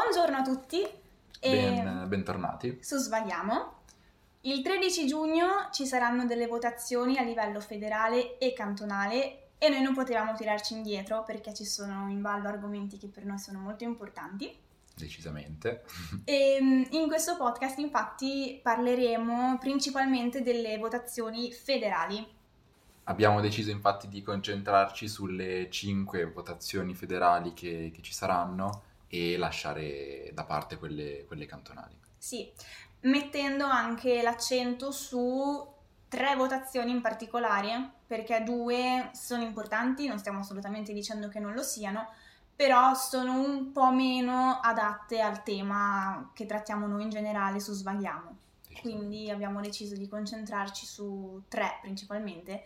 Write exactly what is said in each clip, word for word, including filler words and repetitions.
Buongiorno a tutti e Ben, bentornati. su Svaghiamo. Il tredici giugno ci saranno delle votazioni a livello federale e cantonale e noi non potevamo tirarci indietro perché ci sono in ballo argomenti che per noi sono molto importanti. Decisamente. E in questo podcast infatti parleremo principalmente delle votazioni federali. Abbiamo deciso infatti di concentrarci sulle cinque votazioni federali che, che ci saranno e lasciare da parte quelle, quelle cantonali. Sì, mettendo anche l'accento su tre votazioni in particolare, perché due sono importanti, non stiamo assolutamente dicendo che non lo siano, però sono un po' meno adatte al tema che trattiamo noi in generale su Svaghiamo. Quindi abbiamo deciso di concentrarci su tre principalmente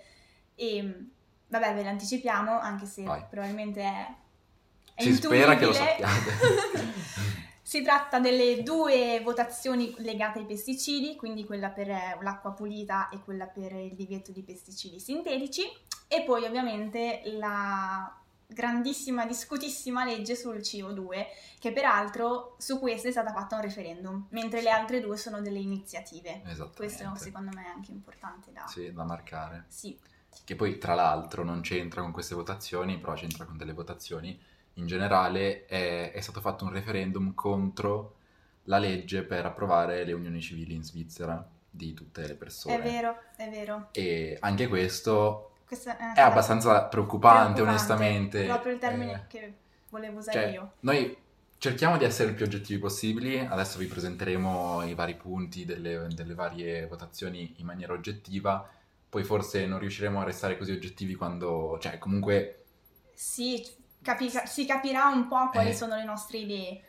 e vabbè, ve le anticipiamo, anche se Vai. probabilmente è, è Si spera che lo intuibile. sappiate. Si tratta delle due votazioni legate ai pesticidi, quindi quella per l'acqua pulita e quella per il divieto di pesticidi sintetici, e poi ovviamente la grandissima, discutissima legge sul C O due, che peraltro su questa è stata fatta un referendum, mentre le altre due sono delle iniziative. Esattamente. Questo secondo me è anche importante da... Sì, da marcare. Sì. Che poi tra l'altro non c'entra con queste votazioni, però c'entra con delle votazioni. In generale è, è stato fatto un referendum contro la legge per approvare le unioni civili in Svizzera di tutte le persone. È vero, è vero. E anche questo Questa è, è abbastanza preoccupante, preoccupante, onestamente. Proprio il termine Eh, che volevo usare cioè, io. Noi cerchiamo di essere il più oggettivi possibili, adesso vi presenteremo i vari punti delle, delle varie votazioni in maniera oggettiva, poi forse non riusciremo a restare così oggettivi quando, cioè comunque... Sì, capi- si capirà un po' quali Eh. sono le nostre idee.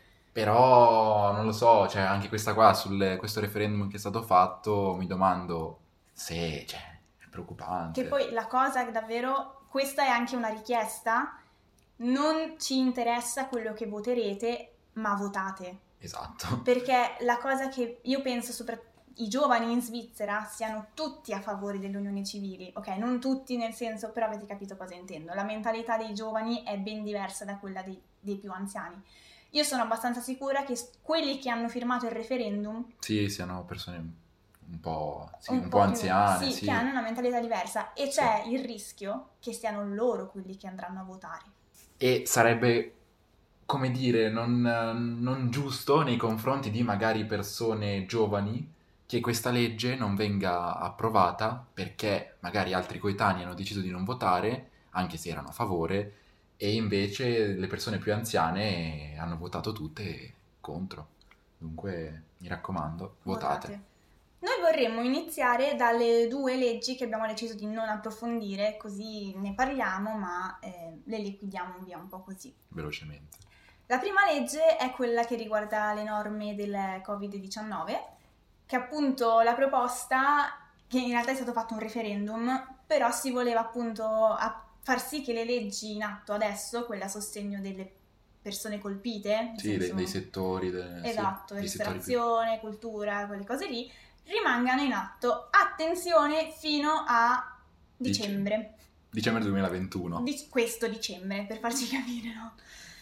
Però non lo so, cioè anche questa qua, sul questo referendum che è stato fatto, mi domando se, cioè, è preoccupante. Che poi la cosa che davvero, questa è anche una richiesta, non ci interessa quello che voterete, ma votate. Esatto. Perché la cosa che io penso soprattutto i giovani in Svizzera siano tutti a favore delle unioni civili, ok? Non tutti nel senso, però avete capito cosa intendo. La mentalità dei giovani è ben diversa da quella dei, dei più anziani. Io sono abbastanza sicura che quelli che hanno firmato il referendum... Sì, siano persone un po', sì, un, un po' po' più- anziane, sì, sì. che hanno una mentalità diversa e c'è il rischio che siano loro quelli che andranno a votare. E sarebbe, come dire, non, non giusto nei confronti di magari persone giovani che questa legge non venga approvata perché magari altri coetanei hanno deciso di non votare, anche se erano a favore, e invece le persone più anziane hanno votato tutte contro. Dunque, mi raccomando, votate. Noi vorremmo iniziare dalle due leggi che abbiamo deciso di non approfondire, così ne parliamo, ma eh, le liquidiamo via un po' così. Velocemente. La prima legge è quella che riguarda le norme del covid diciannove, che appunto la proposta, che in realtà è stato fatto un referendum, però si voleva appunto a far sì che le leggi in atto adesso, quelle a sostegno delle persone colpite, Sì, dei, senso, dei settori. De, esatto, sì, ristorazione, più... cultura, quelle cose lì, rimangano in atto, attenzione, fino a dicembre. Dicembre duemilaventuno. Di, questo dicembre, per farci capire, no?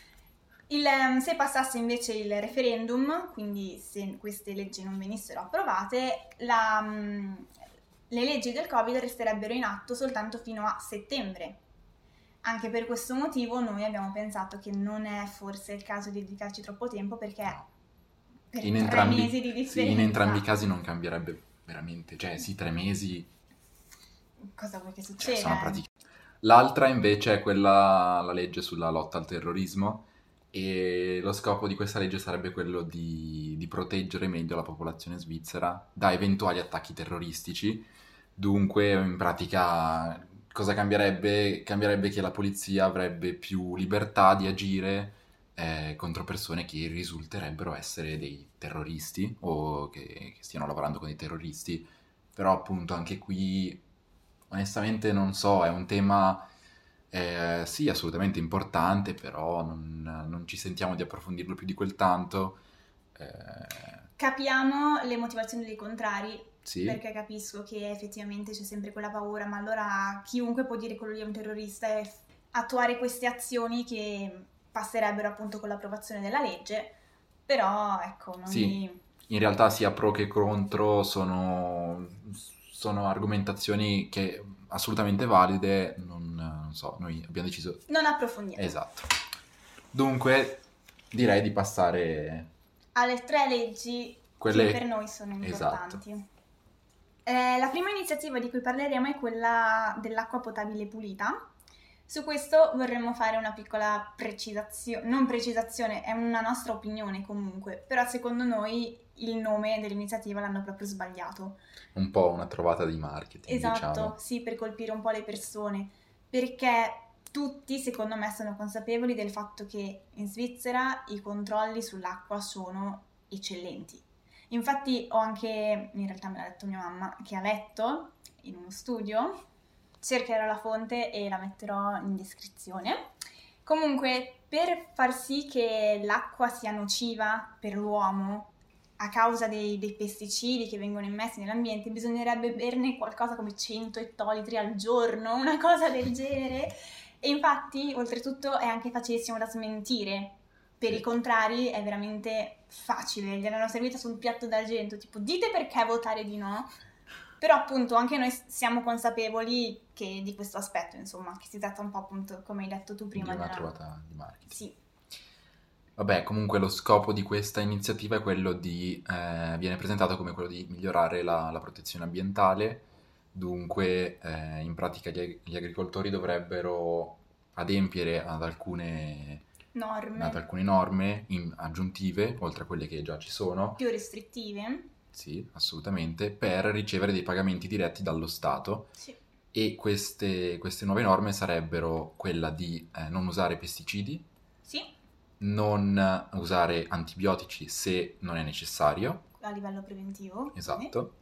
Il, se passasse invece il referendum, quindi se queste leggi non venissero approvate, la, le leggi del Covid resterebbero in atto soltanto fino a settembre. Anche per questo motivo noi abbiamo pensato che non è forse il caso di dedicarci troppo tempo perché No. per in tre entrambi, mesi di differenza... Sì, in entrambi i casi non cambierebbe veramente, cioè sì, tre mesi... Cosa vuoi che succeda? Cioè, sono praticamente... L'altra invece è quella, la legge sulla lotta al terrorismo, e lo scopo di questa legge sarebbe quello di, di proteggere meglio la popolazione svizzera da eventuali attacchi terroristici. Dunque, in pratica, cosa cambierebbe? Cambierebbe che la polizia avrebbe più libertà di agire eh, contro persone che risulterebbero essere dei terroristi o che, che stiano lavorando con dei terroristi. Però appunto anche qui, onestamente non so, è un tema... Eh, sì, assolutamente importante, però non, non ci sentiamo di approfondirlo più di quel tanto. Eh, Capiamo le motivazioni dei contrari, sì. Perché capisco che effettivamente c'è sempre quella paura, ma allora chiunque può dire che quello lì è un terrorista e attuare queste azioni che passerebbero appunto con l'approvazione della legge, però ecco, noi... Sì, in realtà sia pro che contro sono, sono argomentazioni che assolutamente valide, non, non so, noi abbiamo deciso... Non approfondiamo. Esatto. Dunque, direi di passare... alle tre leggi Quelle... che per noi sono importanti. Esatto. Eh, la prima iniziativa di cui parleremo è quella dell'acqua potabile pulita. Su questo vorremmo fare una piccola precisazione, non precisazione, è una nostra opinione comunque, però secondo noi il nome dell'iniziativa l'hanno proprio sbagliato. Un po' una trovata di marketing, esatto, diciamo. Sì, per colpire un po' le persone, perché tutti secondo me sono consapevoli del fatto che in Svizzera i controlli sull'acqua sono eccellenti. Infatti ho anche, in realtà me l'ha detto mia mamma, che ha letto in uno studio, cercherò la fonte e la metterò in descrizione. Comunque, per far sì che l'acqua sia nociva per l'uomo a causa dei, dei pesticidi che vengono immessi nell'ambiente, bisognerebbe berne qualcosa come cento ettolitri al giorno, una cosa del genere. E infatti, oltretutto, è anche facilissimo da smentire. Per i contrari è veramente facile, gliel'hanno servita su un piatto d'argento, tipo dite perché votare di no, però appunto anche noi siamo consapevoli che di questo aspetto, insomma, che si tratta un po' appunto, come hai detto tu prima. Di una della... trovata di marketing. Sì. Vabbè, comunque lo scopo di questa iniziativa è quello di, eh, viene presentato come quello di migliorare la, la protezione ambientale, dunque eh, in pratica gli, gli agricoltori dovrebbero adempiere ad alcune norme, ad alcune norme in- aggiuntive, oltre a quelle che già ci sono, più restrittive. sì, assolutamente, per ricevere dei pagamenti diretti dallo Stato. Sì. E queste, queste nuove norme sarebbero quella di eh, non usare pesticidi, Sì, non usare antibiotici se non è necessario, a livello preventivo. esatto,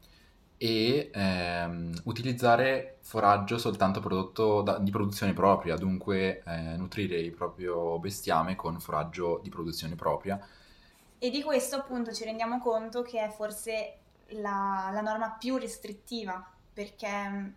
e ehm, utilizzare foraggio soltanto prodotto da- di produzione propria, dunque eh, nutrire il proprio bestiame con foraggio di produzione propria. E di questo appunto ci rendiamo conto che è forse la, la norma più restrittiva, perché mh,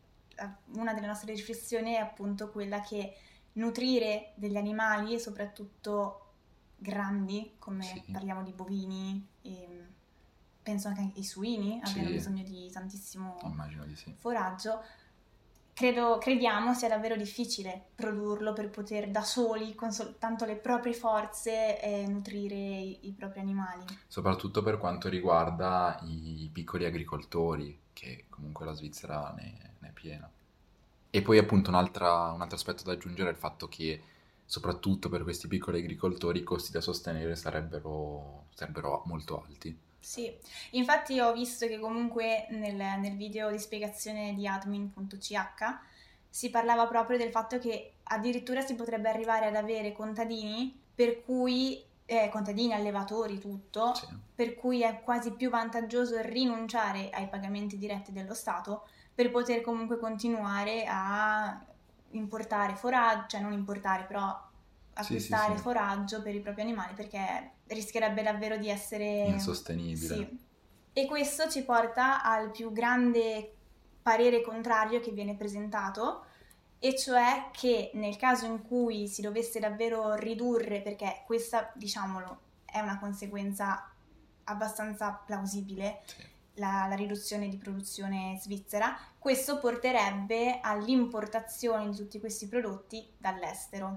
una delle nostre riflessioni è appunto quella che nutrire degli animali, soprattutto grandi, come Sì. parliamo di bovini, e penso anche ai suini, Sì. abbiano bisogno di tantissimo Immagino di sì. foraggio. Credo, crediamo sia davvero difficile produrlo per poter da soli, con soltanto le proprie forze, eh, nutrire i, i propri animali. Soprattutto per quanto riguarda i piccoli agricoltori, che comunque la Svizzera ne, ne è piena. E poi appunto un'altra- un altro aspetto da aggiungere è il fatto che soprattutto per questi piccoli agricoltori i costi da sostenere sarebbero, sarebbero molto alti. Sì, infatti ho visto che comunque nel, nel video di spiegazione di admin punto c h si parlava proprio del fatto che addirittura si potrebbe arrivare ad avere contadini per cui, eh, contadini, allevatori, tutto, Sì. per cui è quasi più vantaggioso rinunciare ai pagamenti diretti dello Stato per poter comunque continuare a importare foraggio, cioè non importare, però acquistare sì, sì. foraggio per i propri animali, perché rischierebbe davvero di essere Insostenibile. Sì. E questo ci porta al più grande parere contrario che viene presentato, e cioè che nel caso in cui si dovesse davvero ridurre, perché questa, diciamolo, è una conseguenza abbastanza plausibile, Sì. la, la riduzione di produzione svizzera, questo porterebbe all'importazione di tutti questi prodotti dall'estero.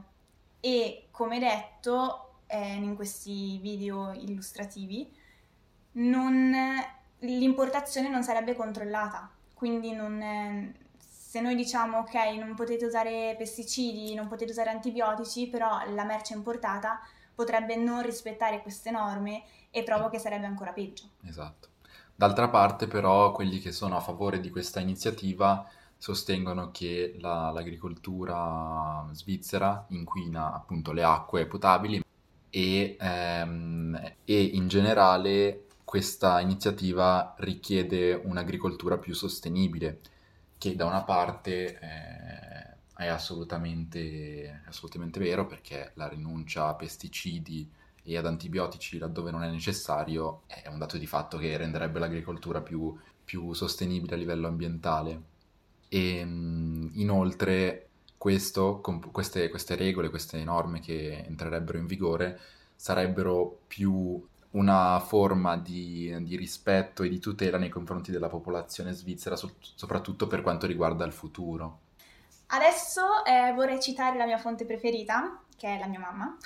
E come detto eh, in questi video illustrativi, non, l'importazione non sarebbe controllata, quindi non, eh, se noi diciamo ok, non potete usare pesticidi, non potete usare antibiotici, però la merce importata potrebbe non rispettare queste norme, e trovo che sarebbe ancora peggio. Esatto. D'altra parte però quelli che sono a favore di questa iniziativa sostengono che la- l'agricoltura svizzera inquina appunto le acque potabili e, ehm, e in generale questa iniziativa richiede un'agricoltura più sostenibile, che da una parte eh, è assolutamente, è assolutamente vero, perché la rinuncia a pesticidi e ad antibiotici laddove non è necessario è un dato di fatto che renderebbe l'agricoltura più, più sostenibile a livello ambientale. E mh, inoltre questo, con queste, queste regole, queste norme che entrerebbero in vigore sarebbero più una forma di, di rispetto e di tutela nei confronti della popolazione svizzera, so- soprattutto per quanto riguarda il futuro. Adesso eh, vorrei citare la mia fonte preferita, che è la mia mamma,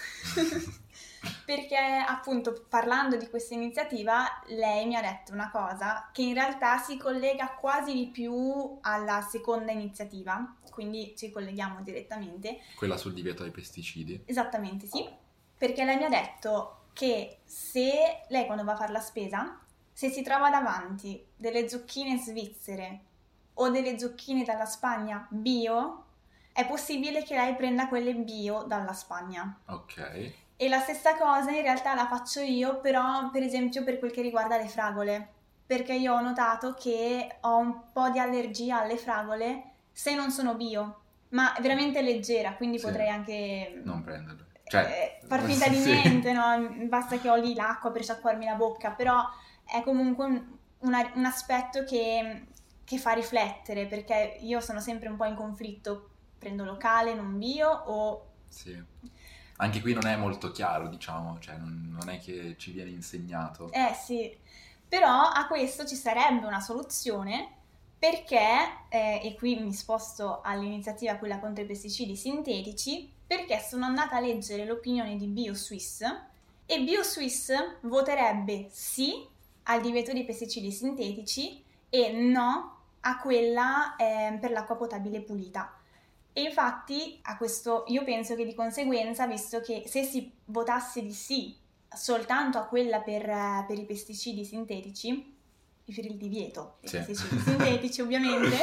perché appunto parlando di questa iniziativa lei mi ha detto una cosa che in realtà si collega quasi di più alla seconda iniziativa, quindi ci colleghiamo direttamente. Quella sul divieto dei pesticidi? Esattamente sì, perché lei mi ha detto che se lei quando va a fare la spesa, se si trova davanti delle zucchine svizzere o delle zucchine dalla Spagna bio, è possibile che lei prenda quelle bio dalla Spagna. Ok. E la stessa cosa in realtà la faccio io, però per esempio per quel che riguarda le fragole, perché io ho notato che ho un po' di allergia alle fragole se non sono bio, ma è veramente leggera, quindi Sì. potrei anche Non prenderle. Cioè, eh, far finta di sì. niente, no? Basta che ho lì l'acqua per sciacquarmi la bocca, però è comunque un, una- un aspetto che, che fa riflettere, perché io sono sempre un po' in conflitto, prendo locale, non bio o... Sì. Anche qui non è molto chiaro, diciamo, cioè non, non è che ci viene insegnato. Eh sì, però a questo ci sarebbe una soluzione perché, eh, e qui mi sposto all'iniziativa quella contro i pesticidi sintetici, perché sono andata a leggere l'opinione di BioSwiss e BioSwiss voterebbe sì al divieto di pesticidi sintetici e no a quella eh, per l'acqua potabile pulita. E infatti a questo io penso che di conseguenza, visto che se si votasse di sì soltanto a quella per, eh, per i pesticidi sintetici, per il divieto dei Sì. pesticidi sintetici ovviamente,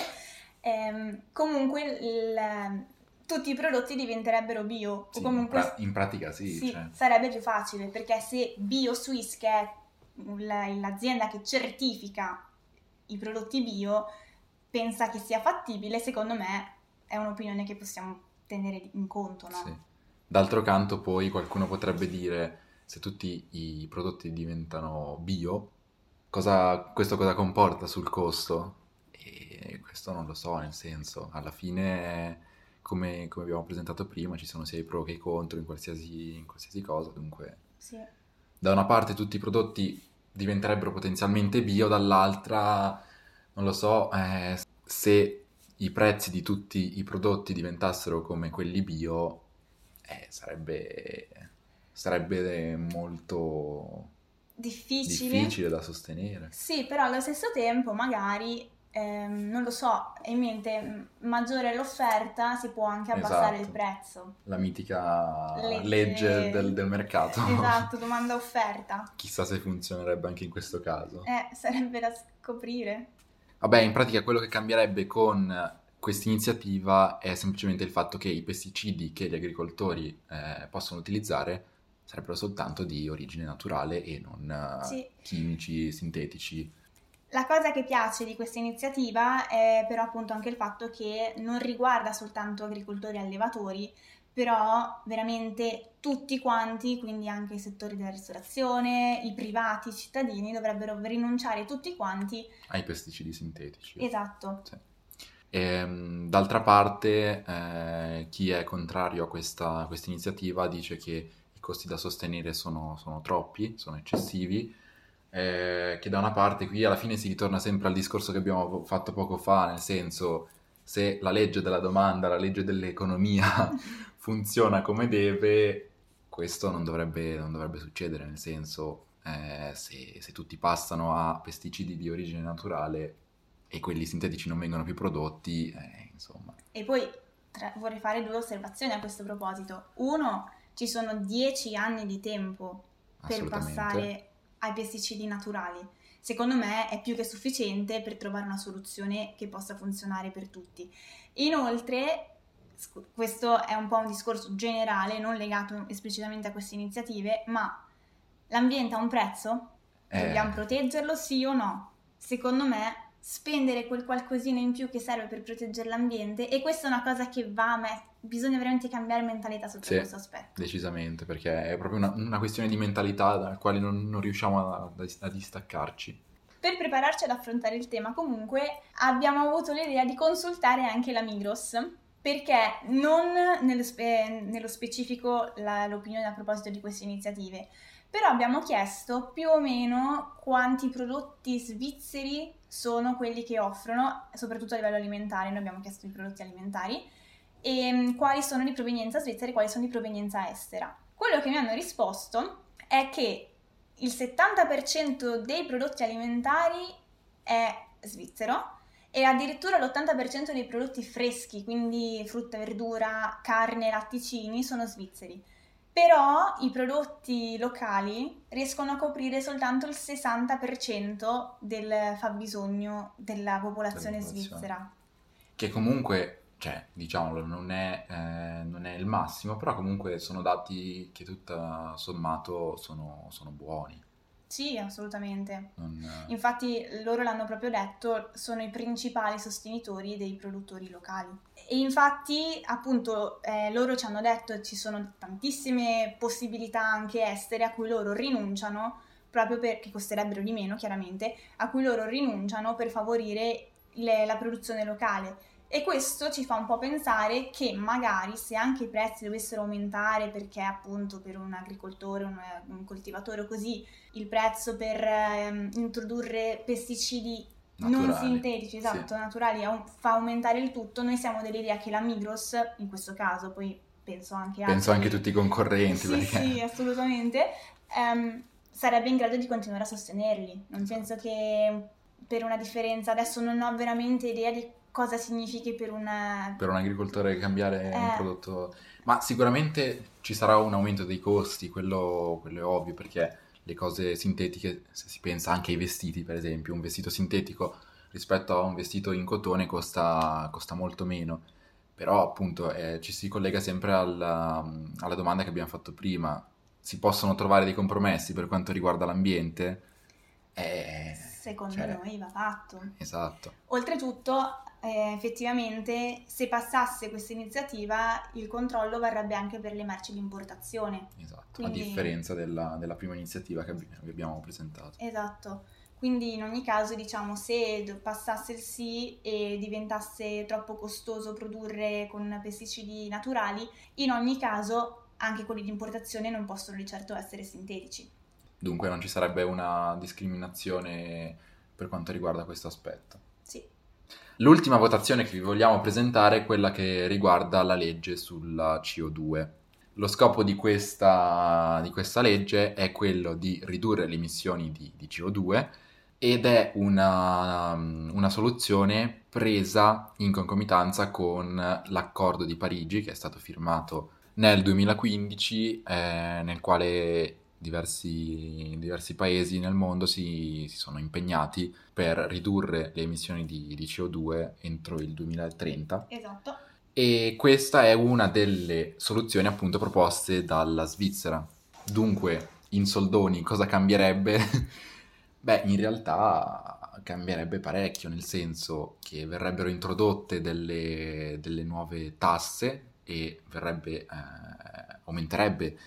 ehm, comunque il- tutti i prodotti diventerebbero bio, Sì, o comunque in, pra- in pratica sì, sì, cioè. sarebbe più facile, perché se BioSwiss, che è la- l'azienda che certifica i prodotti bio, pensa che sia fattibile, secondo me è un'opinione che possiamo tenere in conto, no? Sì. D'altro canto poi qualcuno potrebbe dire, se tutti i prodotti diventano bio, cosa, questo cosa comporta sul costo? E questo non lo so, nel senso, alla fine, come, come abbiamo presentato prima, ci sono sia i pro che i contro in qualsiasi, in qualsiasi cosa, dunque Sì. da una parte tutti i prodotti diventerebbero potenzialmente bio, dall'altra, non lo so, eh, se i prezzi di tutti i prodotti diventassero come quelli bio, eh, sarebbe, sarebbe molto Difficile. difficile da sostenere. Sì, però allo stesso tempo magari, ehm, non lo so, in mente m- maggiore l'offerta si può anche abbassare il Esatto. prezzo. La mitica Legge- legge del, del mercato. Esatto, domanda offerta. Chissà se funzionerebbe anche in questo caso. Eh, sarebbe da scoprire. Vabbè, in pratica quello che cambierebbe con questa iniziativa è semplicemente il fatto che i pesticidi che gli agricoltori eh, possono utilizzare sarebbero soltanto di origine naturale e non eh, Sì. chimici, sintetici. La cosa che piace di questa iniziativa è però appunto anche il fatto che non riguarda soltanto agricoltori e allevatori, però veramente tutti quanti, quindi anche i settori della ristorazione, i privati, i cittadini, dovrebbero rinunciare tutti quanti. Ai pesticidi sintetici. Esatto. Sì. Ehm, d'altra parte, eh, chi è contrario a questa, a questa iniziativa dice che i costi da sostenere sono, sono troppi, sono eccessivi, eh, che da una parte qui alla fine si ritorna sempre al discorso che abbiamo fatto poco fa, nel senso, se la legge della domanda, la legge dell'economia funziona come deve, questo non dovrebbe, non dovrebbe succedere, nel senso, eh, se, se tutti passano a pesticidi di origine naturale e quelli sintetici non vengono più prodotti, eh, insomma. E poi tra- vorrei fare due osservazioni a questo proposito. Uno, ci sono dieci anni di tempo per Assolutamente. passare ai pesticidi naturali. Secondo me è più che sufficiente per trovare una soluzione che possa funzionare per tutti. Inoltre, scu- questo è un po' un discorso generale, non legato esplicitamente a queste iniziative, ma l'ambiente ha un prezzo? Eh. Dobbiamo proteggerlo, sì o no? Secondo me spendere quel qualcosina in più che serve per proteggere l'ambiente, e questa è una cosa che va a me, bisogna veramente cambiare mentalità sotto Sì, questo aspetto. decisamente, perché è proprio una, una questione di mentalità dalla quale non, non riusciamo a, a distaccarci. Per prepararci ad affrontare il tema, comunque, abbiamo avuto l'idea di consultare anche la Migros, perché non nello, spe- nello specifico la- l'opinione a proposito di queste iniziative, Però abbiamo chiesto più o meno quanti prodotti svizzeri sono quelli che offrono, soprattutto a livello alimentare, noi abbiamo chiesto i prodotti alimentari, e mh, quali sono di provenienza svizzera e quali sono di provenienza estera. Quello che mi hanno risposto è che il settanta per cento dei prodotti alimentari è svizzero e addirittura l'ottanta per cento dei prodotti freschi, quindi frutta, verdura, carne, latticini, sono svizzeri. Però i prodotti locali riescono a coprire soltanto il sessanta per cento del fabbisogno della popolazione Della popolazione. svizzera. Che comunque, cioè, diciamolo, non è, eh, non è il massimo, però comunque sono dati che tutto sommato sono, sono buoni. Sì, assolutamente. Non, Infatti loro l'hanno proprio detto, sono i principali sostenitori dei produttori locali. E infatti, appunto, eh, loro ci hanno detto che ci sono tantissime possibilità anche estere a cui loro rinunciano, proprio perché costerebbero di meno, chiaramente, a cui loro rinunciano per favorire le- la produzione locale. E questo ci fa un po' pensare che magari se anche i prezzi dovessero aumentare perché appunto per un agricoltore, un, un coltivatore o così, il prezzo per ehm, introdurre pesticidi non naturali. sintetici, esatto, Sì. naturali, au- fa aumentare il tutto, noi siamo dell'idea che la Migros, in questo caso, poi penso anche a Penso altri... anche tutti i concorrenti, Sì, perché... sì, assolutamente, ehm, sarebbe in grado di continuare a sostenerli. Non Esatto. penso che per una differenza, adesso non ho veramente idea di cosa significhi per una... per un agricoltore cambiare un Eh, prodotto, ma sicuramente ci sarà un aumento dei costi, quello, quello è ovvio, perché le cose sintetiche, se si pensa anche ai vestiti, per esempio, un vestito sintetico rispetto a un vestito in cotone costa, costa molto meno, però appunto eh, ci si collega sempre alla, alla domanda che abbiamo fatto prima, si possono trovare dei compromessi per quanto riguarda l'ambiente? Eh, secondo cioè, noi va fatto. esatto. Oltretutto, eh, effettivamente, se passasse questa iniziativa, il controllo varrebbe anche per le merci di importazione. Esatto, Quindi, a differenza della, della prima iniziativa che abbi- che abbiamo presentato. esatto. Quindi in ogni caso, diciamo, se do- passasse il sì e diventasse troppo costoso produrre con pesticidi naturali, in ogni caso anche quelli di importazione non possono di certo essere sintetici. Dunque non ci sarebbe una discriminazione per quanto riguarda questo aspetto. Sì. L'ultima votazione che vi vogliamo presentare è quella che riguarda la legge sulla C O due. Lo scopo di questa, di questa legge è quello di ridurre le emissioni di, di C O due ed è una, una soluzione presa in concomitanza con l'accordo di Parigi che è stato firmato nel duemilaquindici, eh, nel quale diversi, diversi paesi nel mondo si, si sono impegnati per ridurre le emissioni di, di C O due entro il duemilatrenta. Esatto. E questa è una delle soluzioni appunto proposte dalla Svizzera. Dunque, in soldoni, cosa cambierebbe? Beh, in realtà cambierebbe parecchio, nel senso che verrebbero introdotte delle, delle nuove tasse e verrebbe, eh, aumenterebbe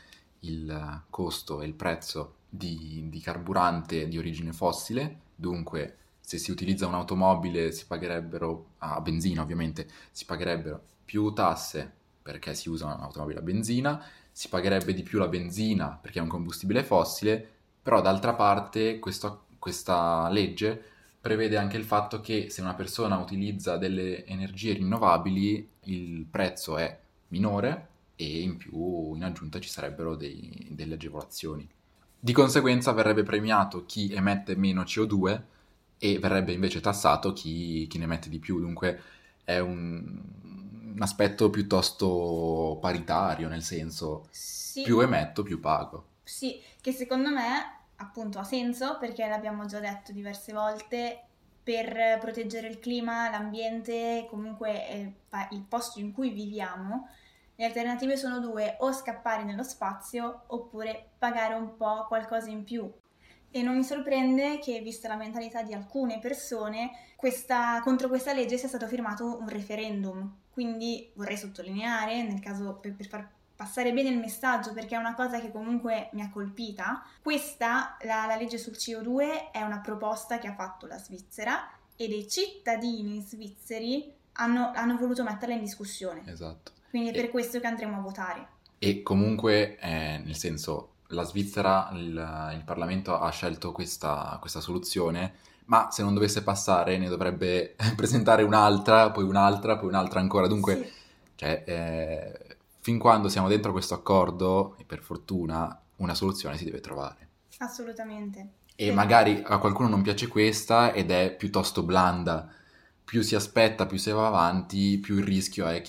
il costo e il prezzo di, di carburante di origine fossile. Dunque, se si utilizza un'automobile si pagherebbero, a benzina ovviamente, si pagherebbero più tasse perché si usa un'automobile a benzina, si pagherebbe di più la benzina perché è un combustibile fossile, però d'altra parte questo, questa legge prevede anche il fatto che se una persona utilizza delle energie rinnovabili il prezzo è minore e in più in aggiunta ci sarebbero dei, delle agevolazioni. Di conseguenza verrebbe premiato chi emette meno C O due e verrebbe invece tassato chi, chi ne emette di più, dunque è un, un aspetto piuttosto paritario, nel senso Sì, più emetto più pago. sì, che secondo me appunto ha senso perché l'abbiamo già detto diverse volte, per proteggere il clima, l'ambiente, comunque è il, pa- il posto in cui viviamo, le alternative sono due, o scappare nello spazio oppure pagare un po' qualcosa in più. E non mi sorprende che, vista la mentalità di alcune persone, questa- contro questa legge sia stato firmato un referendum. Quindi vorrei sottolineare, nel caso per, per far passare bene il messaggio, perché è una cosa che comunque mi ha colpita, questa, la, la legge sul C O due, è una proposta che ha fatto la Svizzera e dei cittadini svizzeri hanno, hanno voluto metterla in discussione. Esatto. Quindi è per E, questo che andremo a votare. e comunque, eh, nel senso, la Svizzera, il, il Parlamento ha scelto questa, questa soluzione, ma se non dovesse passare ne dovrebbe presentare un'altra, poi un'altra, poi un'altra ancora. Dunque, Sì, cioè, eh, fin quando siamo dentro questo accordo, e per fortuna, una soluzione si deve trovare. assolutamente. E Per- magari a qualcuno non piace questa ed è piuttosto blanda. Più si aspetta, più si va avanti, più il rischio è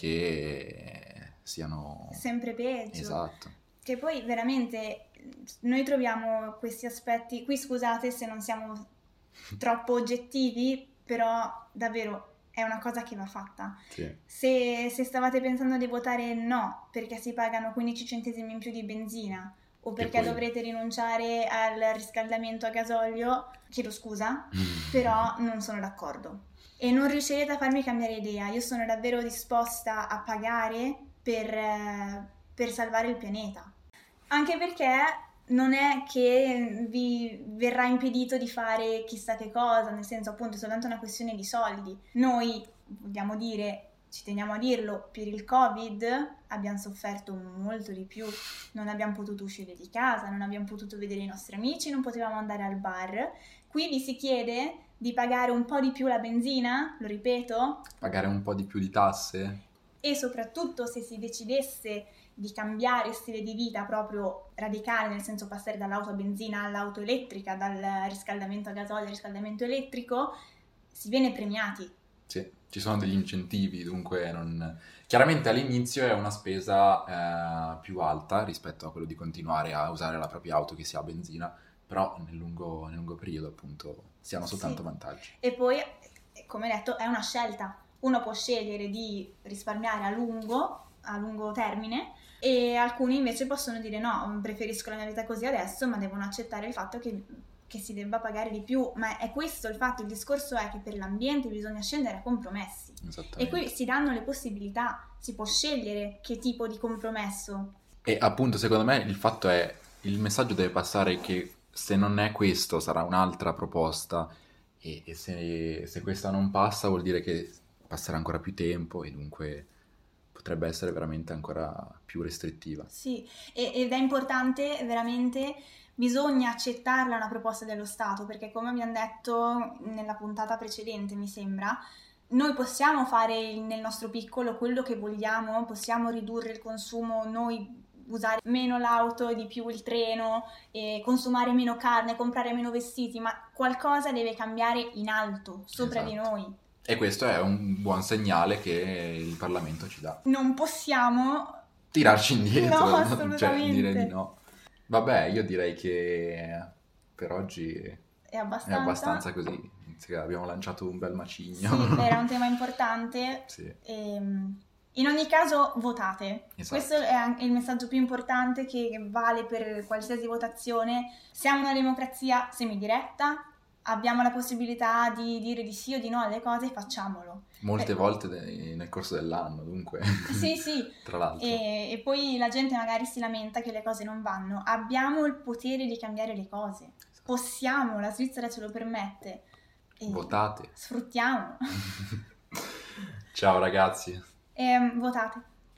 che siano... Sempre peggio. Esatto. Che poi veramente noi troviamo questi aspetti, qui scusate se non siamo troppo oggettivi, però davvero è una cosa che va fatta. Sì. Se, se stavate pensando di votare no perché si pagano quindici centesimi in più di benzina o Che perché poi- dovrete rinunciare al riscaldamento a gasolio, chiedo scusa, però non sono d'accordo. E non riuscirete a farmi cambiare idea. Io sono davvero disposta a pagare per, eh, per salvare il pianeta. Anche perché non è che vi verrà impedito di fare chissà che cosa, nel senso appunto è soltanto una questione di soldi. Noi, vogliamo dire, ci teniamo a dirlo, per il Covid abbiamo sofferto molto di più, non abbiamo potuto uscire di casa, non abbiamo potuto vedere i nostri amici, non potevamo andare al bar. Qui vi si chiede di pagare un po' di più la benzina, lo ripeto, Pagare un po' di più di tasse? e soprattutto se si decidesse di cambiare stile di vita proprio radicale, nel senso passare dall'auto a benzina all'auto elettrica, dal riscaldamento a gasolio al riscaldamento elettrico, si viene premiati. Sì, ci sono degli incentivi, dunque non... Chiaramente all'inizio è una spesa eh, più alta rispetto a quello di continuare a usare la propria auto che sia a benzina, però nel lungo, nel lungo periodo appunto si hanno soltanto Sì. vantaggi. E poi, come detto, è una scelta. Uno può scegliere di risparmiare a lungo, a lungo termine, e alcuni invece possono dire no, preferisco la mia vita così adesso, ma devono accettare il fatto che, che si debba pagare di più. Ma è questo il fatto, il discorso è che per l'ambiente bisogna scendere a compromessi. E Esattamente. qui si danno le possibilità, si può scegliere che tipo di compromesso. E appunto secondo me il fatto è, il messaggio deve passare che se non è questo sarà un'altra proposta e, e se, se questa non passa vuol dire che passerà ancora più tempo e dunque potrebbe essere veramente ancora più restrittiva. Sì, e- ed è importante veramente, bisogna accettarla una proposta dello Stato, perché come abbiamo detto nella puntata precedente, mi sembra, noi possiamo fare il- nel nostro piccolo quello che vogliamo, possiamo ridurre il consumo, noi usare meno l'auto e di più il treno, e consumare meno carne, comprare meno vestiti, ma qualcosa deve cambiare in alto, sopra di Esatto. noi. E questo è un buon segnale che il Parlamento ci dà. Non possiamo... Tirarci indietro, No, cioè assolutamente. dire di no. Vabbè, io direi che per oggi È è abbastanza... abbastanza così. Abbiamo lanciato un bel macigno. Sì, era un tema importante. Sì. Ehm, in ogni caso, votate. Esatto. Questo è anche il messaggio più importante che vale per qualsiasi votazione. Siamo una democrazia semidiretta, abbiamo la possibilità di dire di sì o di no alle cose, facciamolo. Molte Eh, volte de- nel corso dell'anno, dunque. Sì, sì. Tra l'altro. E, e poi la gente magari si lamenta che le cose non vanno. Abbiamo il potere di cambiare le cose. Possiamo, la Svizzera ce lo permette. E Votate. Sfruttiamo. Ciao ragazzi. E, votate.